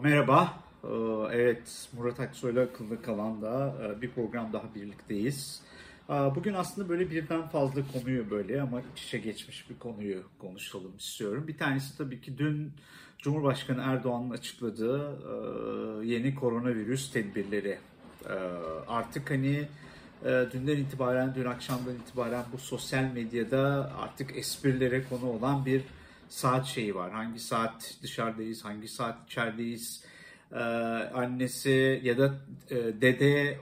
Merhaba. Evet, Murat Aksoy'la Akılda Kalan'da bir program daha birlikteyiz. Bugün aslında böyle birden fazla konuyu böyle ama iç içe geçmiş bir konuyu konuşalım istiyorum. Bir tanesi tabii ki dün Cumhurbaşkanı Erdoğan'ın açıkladığı yeni koronavirüs tedbirleri. E, Artık hani dünden itibaren, dün akşamdan itibaren bu sosyal medyada artık esprilere konu olan bir saat şeyi var. Hangi saat dışarıdayız, hangi saat içerideyiz, annesi ya da dede,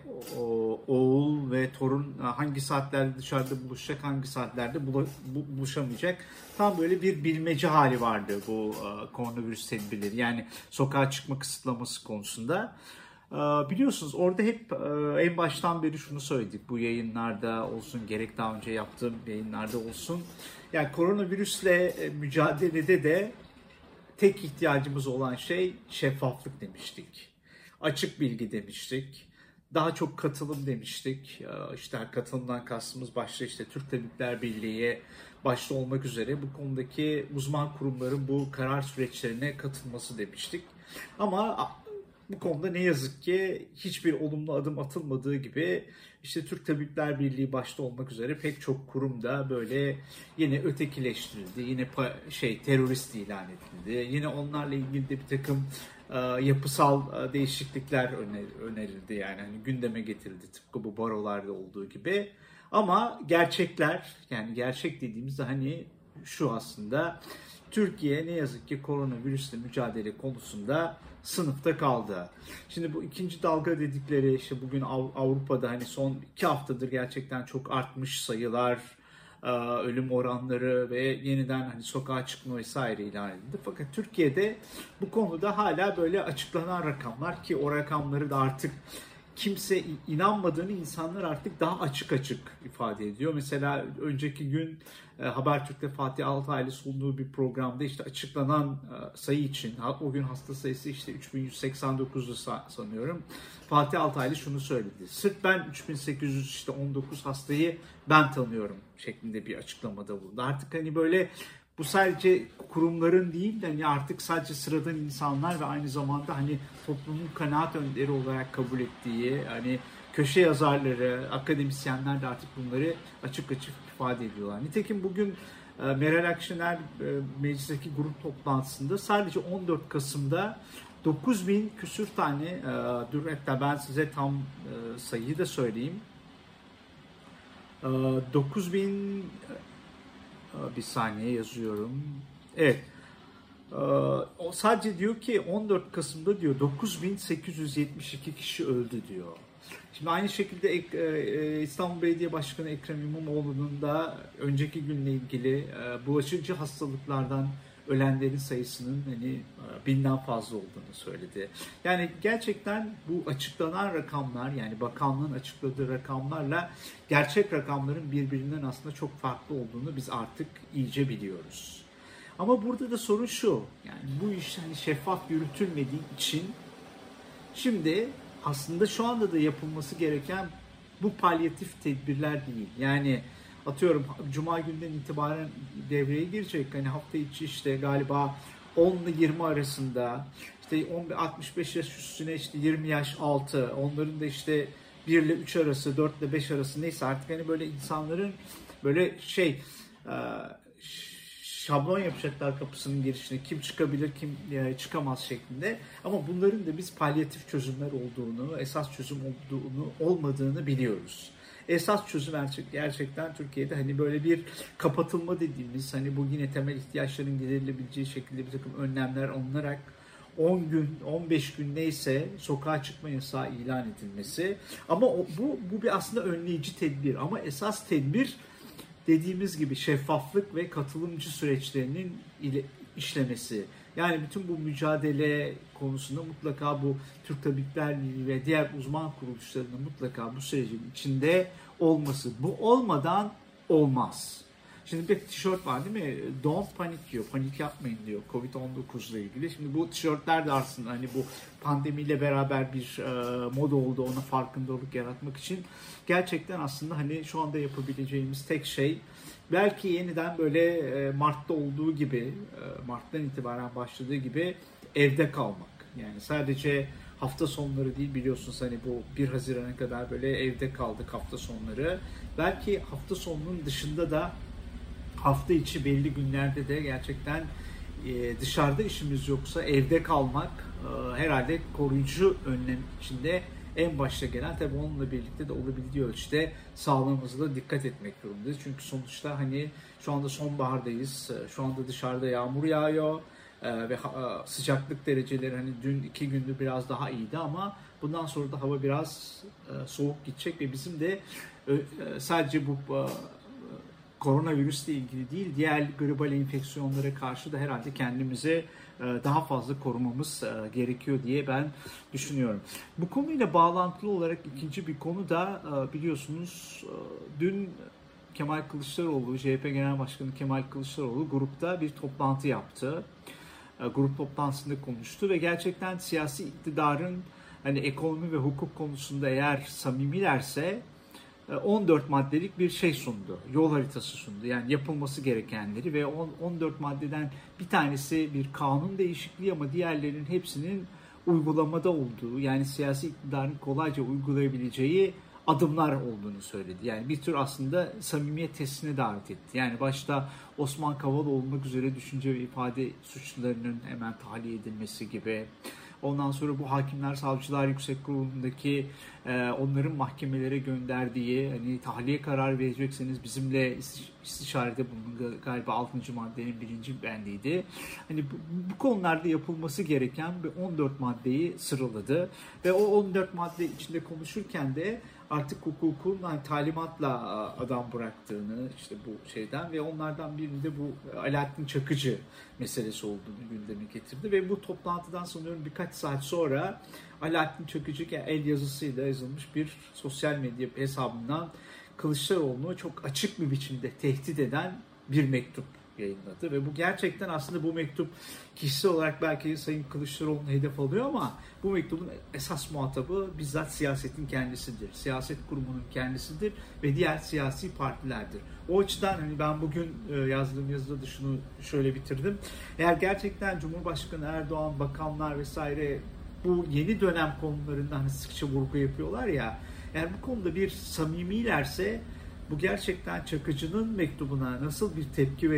oğul ve torun hangi saatlerde dışarıda buluşacak, hangi saatlerde buluşamayacak. Tam böyle bir bilmece hali vardı bu koronavirüs tedbirleri. Yani sokağa çıkma kısıtlaması konusunda. Biliyorsunuz orada hep en baştan beri şunu söyledik. Bu yayınlarda olsun, gerek daha önce yaptığım yayınlarda olsun. Yani koronavirüsle mücadelede de tek ihtiyacımız olan şey şeffaflık demiştik. Açık bilgi demiştik. Daha çok katılım demiştik. İşte katılımdan kastımız başta işte Türk Tabipler Birliği başta olmak üzere bu konudaki uzman kurumların bu karar süreçlerine katılması demiştik. Ama bu konuda ne yazık ki hiçbir olumlu adım atılmadığı gibi işte Türk Tabipler Birliği başta olmak üzere pek çok kurum da böyle yine ötekileştirildi. Yine terörist ilan edildi. Yine onlarla ilgili de bir takım yapısal değişiklikler önerildi. Yani hani gündeme getirildi tıpkı bu barolarda olduğu gibi. Ama gerçekler, yani gerçek dediğimizde hani şu aslında: Türkiye ne yazık ki koronavirüsle mücadele konusunda sınıfta kaldı. Şimdi bu ikinci dalga dedikleri işte bugün Avrupa'da hani son 2 haftadır gerçekten çok artmış sayılar, ölüm oranları ve yeniden hani sokağa çıkma vesaire ilan edildi. Fakat Türkiye'de bu konuda hala böyle açıklanan rakamlar, ki o rakamları da artık kimse inanmadığını insanlar artık daha açık açık ifade ediyor. Mesela önceki gün Habertürk'te Fatih Altaylı sunduğu bir programda işte açıklanan sayı için, o gün hasta sayısı işte 3189'du sanıyorum. Fatih Altaylı şunu söyledi: sırf ben 3819 hastayı ben tanıyorum şeklinde bir açıklamada bulundu. Artık hani böyle bu sadece kurumların değil de hani artık sadece sıradan insanlar ve aynı zamanda hani toplumun kanaat önderi olarak kabul ettiği hani köşe yazarları, akademisyenler de artık bunları açık açık ifade ediyorlar. Nitekim bugün Meral Akşener meclisteki grup toplantısında sadece 14 Kasım'da 9000 küsür tane, dur hatta ben size tam sayıyı da söyleyeyim. 9000, bir saniye yazıyorum. Evet. O sadece diyor ki 14 Kasım'da diyor 9872 kişi öldü diyor. Şimdi aynı şekilde İstanbul Belediye Başkanı Ekrem İmamoğlu'nun da önceki günle ilgili bulaşıcı hastalıklardan ölenlerin sayısının hani 1000'den fazla olduğunu söyledi. Yani gerçekten bu açıklanan rakamlar, yani bakanlığın açıkladığı rakamlarla gerçek rakamların birbirinden aslında çok farklı olduğunu biz artık iyice biliyoruz. Ama burada da sorun şu: yani bu iş hani şeffaf yürütülmediği için şimdi aslında şu anda da yapılması gereken bu palyatif tedbirler değil. Yani atıyorum Cuma günden itibaren devreye girecek. Hani hafta içi işte galiba 10 ile 20 arasında, işte 65 yaş üstüne işte 20 yaş altı, onların da işte 1 ile 3 arası, 4 ile 5 arası, neyse artık hani böyle insanların böyle şablon yapacaklar kapısının girişine, kim çıkabilir kim çıkamaz şeklinde. Ama bunların da biz palyatif çözümler olduğunu, esas çözüm olmadığını biliyoruz. Esas çözüm gerçekten Türkiye'de hani böyle bir kapatılma dediğimiz, hani bu yine temel ihtiyaçların giderilebileceği şekilde bir takım önlemler alınarak 10 gün, 15 gün neyse sokağa çıkma yasağı ilan edilmesi. Ama bu bir aslında önleyici tedbir. Ama esas tedbir dediğimiz gibi şeffaflık ve katılımcı süreçlerinin işlemesi. Yani bütün bu mücadele konusunda mutlaka bu Türk Tabipler Birliği ve diğer uzman kuruluşlarının mutlaka bu sürecin içinde olması. Bu olmadan olmaz. Şimdi bir tişört var değil mi? Don't panic diyor. Panik yapmayın diyor Covid-19 ile ilgili. Şimdi bu tişörtler de aslında hani bu pandemiyle beraber bir moda oldu. Ona farkındalık yaratmak için gerçekten aslında hani şu anda yapabileceğimiz tek şey belki yeniden böyle Mart'ta olduğu gibi, Mart'tan itibaren başladığı gibi evde kalmak. Yani sadece hafta sonları değil, biliyorsunuz hani bu 1 Haziran'a kadar böyle evde kaldık hafta sonları. Belki hafta sonunun dışında da hafta içi belli günlerde de gerçekten dışarıda işimiz yoksa evde kalmak herhalde koruyucu önlem içinde en başta gelen. Tabii onunla birlikte de olabildiği ölçüde sağlığımıza da dikkat etmek durumundayız. Çünkü sonuçta hani şu anda sonbahardayız. Şu anda dışarıda yağmur yağıyor ve sıcaklık dereceleri hani dün 2 gündür biraz daha iyiydi ama bundan sonra da hava biraz soğuk gidecek ve bizim de sadece bu koronavirüsle ilgili değil, diğer global enfeksiyonlara karşı da herhalde kendimize daha fazla korumamız gerekiyor diye ben düşünüyorum. Bu konuyla bağlantılı olarak ikinci bir konu da biliyorsunuz dün Kemal Kılıçdaroğlu, CHP Genel Başkanı Kemal Kılıçdaroğlu grupta bir toplantı yaptı. Grup toplantısında konuştu ve gerçekten siyasi iktidarın hani ekonomi ve hukuk konusunda eğer samimilerse 14 maddelik bir şey sundu. Yol haritası sundu. Yani yapılması gerekenleri ve 14 maddeden bir tanesi bir kanun değişikliği ama diğerlerinin hepsinin uygulamada olduğu, yani siyasi iktidarın kolayca uygulayabileceği adımlar olduğunu söyledi. Yani bir tür aslında samimiyet testine davet etti. Yani başta Osman Kavala olmak üzere düşünce ve ifade suçlularının hemen tahliye edilmesi gibi. Ondan sonra bu Hakimler Savcılar Yüksek Kurulu'ndaki onların mahkemelere gönderdiği hani tahliye kararı verecekseniz bizimle istişarede bulunun, galiba 6. maddenin 1. bendiydi. Hani bu konularda yapılması gereken 14 maddeyi sıraladı ve o 14 madde içinde konuşurken de artık hukukun hani talimatla adam bıraktığını işte bu şeyden ve onlardan birinde bu Alaaddin Çakıcı meselesi olduğunu gündeme getirdi ve bu toplantıdan sanıyorum birkaç saat sonra Alaaddin Çakıcı el yazısıyla yazılmış bir sosyal medya hesabından Kılıçdaroğlu'nu çok açık bir biçimde tehdit eden bir mektup yayınladı ve bu gerçekten aslında bu mektup kişisel olarak belki Sayın Kılıçdaroğlu'nu hedef alıyor ama bu mektubun esas muhatabı bizzat siyasetin kendisidir. Siyaset kurumunun kendisidir ve diğer siyasi partilerdir. O açıdan hani ben bugün yazdığım yazıda da şunu şöyle bitirdim. Eğer gerçekten Cumhurbaşkanı Erdoğan, bakanlar vesaire bu yeni dönem konularında hani sıkça vurgu yapıyorlar ya, eğer bu konuda bir samimilerse bu gerçekten Çakıcı'nın mektubuna nasıl bir tepki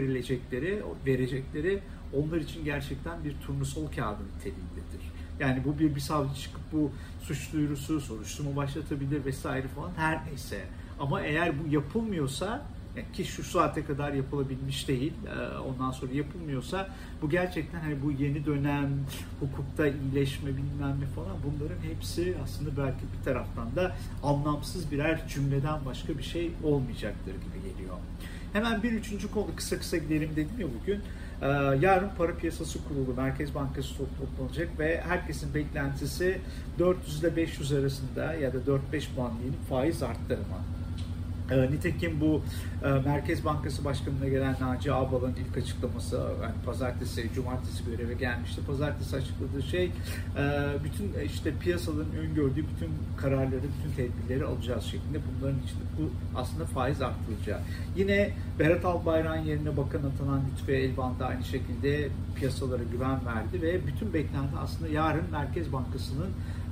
verecekleri onlar için gerçekten bir turnusol kağıdı niteliğindedir. Yani bu bir savcı çıkıp bu suç duyurusu, soruşturma başlatabilir vesaire falan her neyse. Ama eğer bu yapılmıyorsa ki şu saate kadar yapılabilmiş değil, ondan sonra yapılmıyorsa bu gerçekten hani bu yeni dönem hukukta iyileşme bilmem ne falan bunların hepsi aslında belki bir taraftan da anlamsız birer cümleden başka bir şey olmayacaktır gibi geliyor. Hemen bir üçüncü konu kısa gidelim dedim ya bugün. Yarın Para Piyasası Kurulu Merkez Bankası toplanacak ve herkesin beklentisi 400 ile 500 arasında ya da 4-5 puan diyelim faiz arttırma. Nitekim bu Merkez Bankası Başkanı'na gelen Naci Ağbal'ın ilk açıklaması yani cumartesi göreve gelmişti. Pazartesi açıkladığı şey bütün işte piyasaların öngördüğü bütün kararları, bütün tedbirleri alacağız şeklinde. Bunların içinde bu aslında faiz arttıracağı. Yine Berat Albayrak'ın yerine bakan atanan Lütfi Elvan da aynı şekilde piyasalara güven verdi ve bütün beklenti aslında yarın Merkez Bankası'nın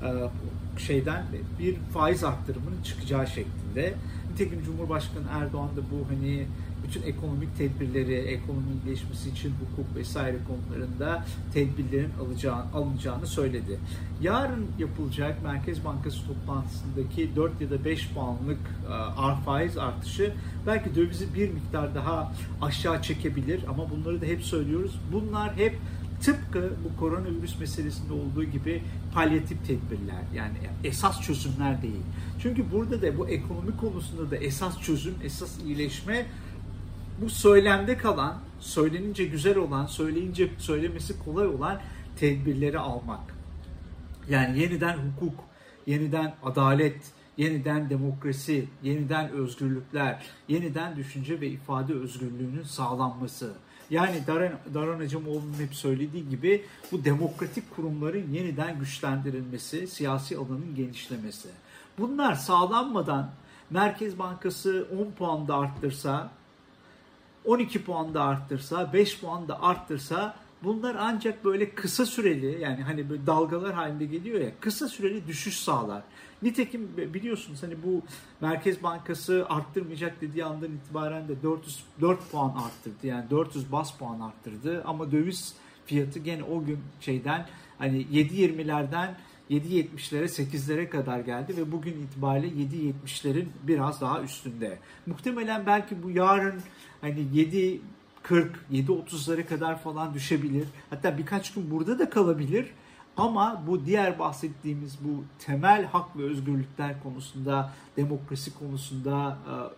bir faiz arttırımının çıkacağı şeklinde. Nitekim Cumhurbaşkanı Erdoğan da bu hani bütün ekonomik tedbirleri, ekonominin iyileşmesi için hukuk vesaire konularında tedbirlerin alınacağını söyledi. Yarın yapılacak Merkez Bankası toplantısındaki 4 ya da 5 puanlık faiz artışı belki dövizi bir miktar daha aşağı çekebilir ama bunları da hep söylüyoruz. Bunlar hep tıpkı bu koronavirüs meselesinde olduğu gibi palyatif tedbirler, yani esas çözümler değil. Çünkü burada da bu ekonomi konusunda da esas çözüm, esas iyileşme bu söylemde kalan, söylenince güzel olan, söyleyince söylemesi kolay olan tedbirleri almak. Yani yeniden hukuk, yeniden adalet, yeniden demokrasi, yeniden özgürlükler, yeniden düşünce ve ifade özgürlüğünün sağlanması. Yani Daran Acemoğlu'nun hep söylediği gibi bu demokratik kurumların yeniden güçlendirilmesi, siyasi alanın genişlemesi. Bunlar sağlanmadan Merkez Bankası 10 puan da arttırsa, 12 puan da arttırsa, 5 puan da arttırsa bunlar ancak böyle kısa süreli, yani hani böyle dalgalar halinde geliyor ya, kısa süreli düşüş sağlar. Nitekim biliyorsunuz hani bu Merkez Bankası arttırmayacak dediği andan itibaren de 4 puan arttırdı. Yani 400 bas puan arttırdı ama döviz fiyatı gene o gün hani 7.20'lerden 7.70'lere 8'lere kadar geldi ve bugün itibariyle 7.70'lerin biraz daha üstünde. Muhtemelen belki bu yarın hani 7.40, 7.30'lara kadar falan düşebilir. Hatta birkaç gün burada da kalabilir. Ama bu diğer bahsettiğimiz bu temel hak ve özgürlükler konusunda, demokrasi konusunda,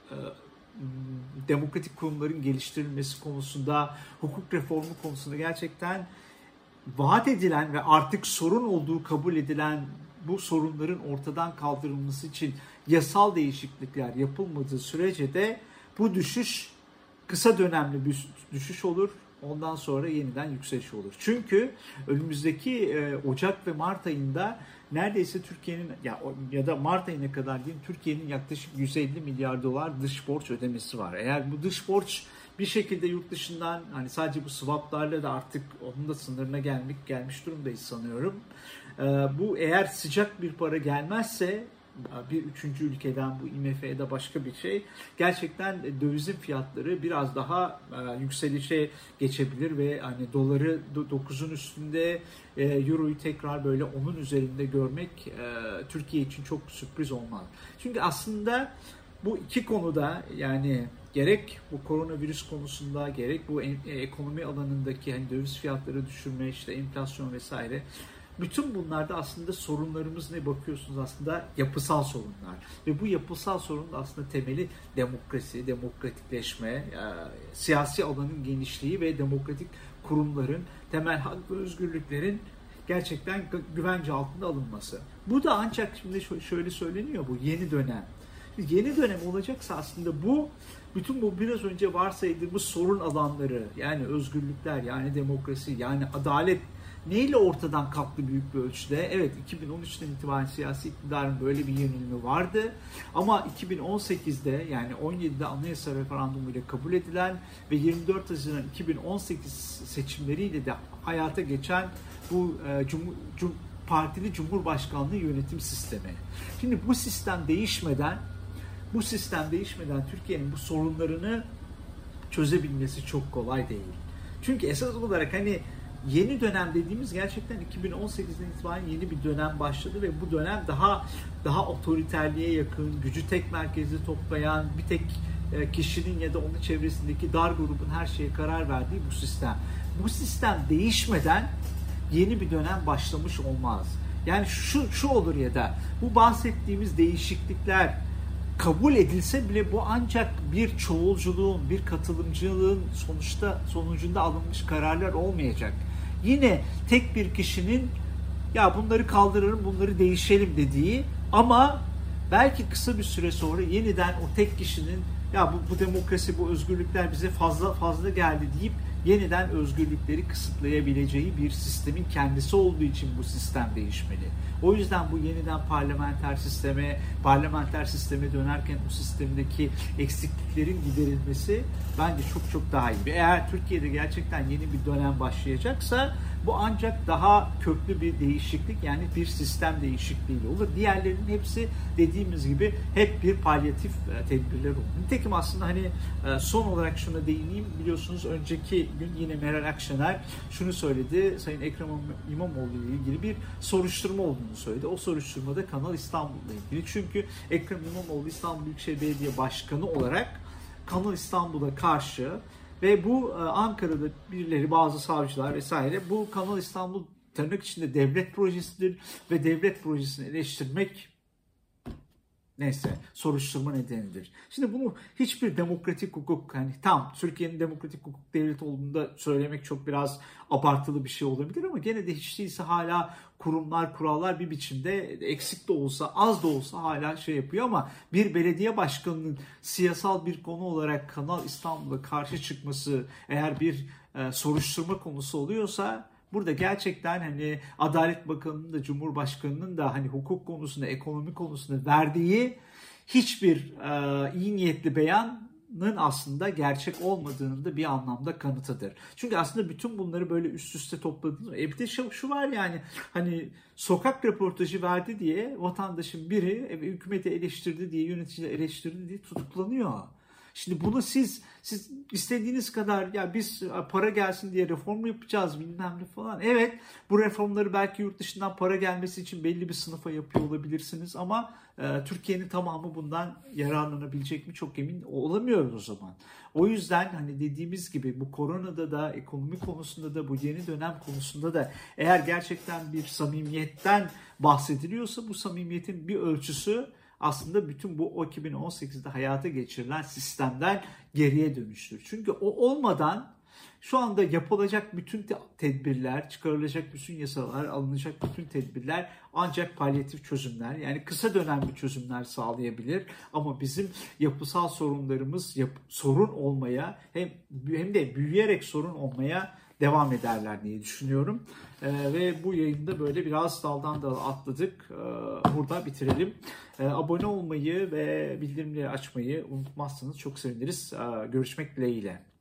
demokratik kurumların geliştirilmesi konusunda, hukuk reformu konusunda gerçekten vaat edilen ve artık sorun olduğu kabul edilen bu sorunların ortadan kaldırılması için yasal değişiklikler yapılmadığı sürece de bu düşüş kısa dönemli bir düşüş olur. Ondan sonra yeniden yükseliş olur. Çünkü önümüzdeki Ocak ve Mart ayında neredeyse Türkiye'nin ya da Mart ayına kadar diyeyim, Türkiye'nin yaklaşık 150 milyar dolar dış borç ödemesi var. Eğer bu dış borç bir şekilde yurt dışından, hani sadece bu swaplarla da artık onun da sınırına gelmiş durumdayız sanıyorum. Bu eğer sıcak bir para gelmezse, bir üçüncü ülkeden, bu IMF'de başka bir şey, gerçekten dövizin fiyatları biraz daha yükselişe geçebilir ve hani doları 9'un üstünde, euroyu tekrar böyle 10'un üzerinde görmek Türkiye için çok sürpriz olmaz. Çünkü aslında bu iki konuda, yani gerek bu koronavirüs konusunda, gerek bu ekonomi alanındaki hani döviz fiyatları düşürme, işte enflasyon vesaire, bütün bunlarda aslında sorunlarımız ne bakıyorsunuz, aslında yapısal sorunlar. Ve bu yapısal sorunun aslında temeli demokrasi, demokratikleşme, siyasi alanın genişliği ve demokratik kurumların, temel hak ve özgürlüklerin gerçekten güvence altında alınması. Bu da ancak şimdi şöyle söyleniyor, bu yeni dönem. Yeni dönem olacaksa aslında bütün bu biraz önce varsaydığımız sorun alanları, yani özgürlükler, yani demokrasi, yani adalet neyle ortadan kalktı büyük bir ölçüde? Evet, 2013'ten itibaren siyasi iktidarın böyle bir yönelimi vardı. Ama 2018'de, yani 17'de anayasa referandumuyla kabul edilen ve 24 Haziran 2018 seçimleriyle de hayata geçen bu partili Cumhurbaşkanlığı yönetim sistemi. Şimdi bu sistem değişmeden Türkiye'nin bu sorunlarını çözebilmesi çok kolay değil. Çünkü esas olarak hani yeni dönem dediğimiz gerçekten 2018'den itibaren yeni bir dönem başladı ve bu dönem daha otoriterliğe yakın, gücü tek merkezde toplayan, bir tek kişinin ya da onun çevresindeki dar grubun her şeye karar verdiği bu sistem. Bu sistem değişmeden yeni bir dönem başlamış olmaz. Yani şu olur ya da bu bahsettiğimiz değişiklikler kabul edilse bile bu ancak bir çoğulculuğun, bir katılımcılığın sonucunda alınmış kararlar olmayacak. Yine tek bir kişinin ya bunları kaldırırım, bunları değişelim dediği, ama belki kısa bir süre sonra yeniden o tek kişinin ya bu demokrasi, bu özgürlükler bize fazla geldi deyip yeniden özgürlükleri kısıtlayabileceği bir sistemin kendisi olduğu için bu sistem değişmeli. O yüzden bu yeniden parlamenter sisteme dönerken o sistemdeki eksikliklerin giderilmesi bence çok daha iyi. Eğer Türkiye'de gerçekten yeni bir dönem başlayacaksa bu ancak daha köklü bir değişiklik, yani bir sistem değişikliğiyle olur. Diğerlerinin hepsi dediğimiz gibi hep bir palyatif tedbirler olur. Nitekim aslında hani son olarak şuna değineyim. Biliyorsunuz önceki gün yine Meral Akşener şunu söyledi. Sayın Ekrem İmamoğlu ile ilgili bir soruşturma olduğunu söyledi. O soruşturmada Kanal İstanbul'la ilgili. Çünkü Ekrem İmamoğlu İstanbul Büyükşehir Belediye Başkanı olarak Kanal İstanbul'a karşı ve bu Ankara'da birileri, bazı savcılar vesaire, bu Kanal İstanbul tırnak içinde devlet projesidir ve devlet projesini eleştirmek soruşturma nedenidir. Şimdi bunu hiçbir demokratik hukuk, hani tam Türkiye'nin demokratik hukuk devleti olduğunda söylemek çok biraz abartılı bir şey olabilir ama gene de hiç değilse hala kurumlar, kurallar bir biçimde eksik de olsa, az da olsa hala yapıyor, ama bir belediye başkanının siyasal bir konu olarak Kanal İstanbul'a karşı çıkması eğer bir soruşturma konusu oluyorsa, burada gerçekten hani Adalet Bakanı'nın da Cumhurbaşkanı'nın da hani hukuk konusunda, ekonomi konusunda verdiği hiçbir iyi niyetli beyan aslında gerçek olmadığının da bir anlamda kanıtıdır. Çünkü aslında bütün bunları böyle üst üste topladığınız, bir de şu var yani, hani sokak röportajı verdi diye vatandaşın biri hükümeti eleştirdi diye, yöneticileri eleştirdi diye tutuklanıyor. Şimdi bunu siz istediğiniz kadar ya biz para gelsin diye reform yapacağız bilmem ne falan. Evet, bu reformları belki yurt dışından para gelmesi için belli bir sınıfa yapıyor olabilirsiniz ama Türkiye'nin tamamı bundan yararlanabilecek mi çok emin olamıyoruz o zaman. O yüzden hani dediğimiz gibi bu koronada da, ekonomi konusunda da, bu yeni dönem konusunda da eğer gerçekten bir samimiyetten bahsediliyorsa bu samimiyetin bir ölçüsü aslında bütün bu 2018'de hayata geçirilen sistemden geriye dönüştür. Çünkü o olmadan şu anda yapılacak bütün tedbirler, çıkarılacak bütün yasalar, alınacak bütün tedbirler ancak palyatif çözümler, yani kısa dönemli çözümler sağlayabilir. Ama bizim yapısal sorunlarımız sorun olmaya hem de büyüyerek sorun olmaya devam ederler diye düşünüyorum. Ve bu yayında böyle biraz daldan dala atladık. Burada bitirelim. Abone olmayı ve bildirimleri açmayı unutmazsanız çok seviniriz. Görüşmek dileğiyle.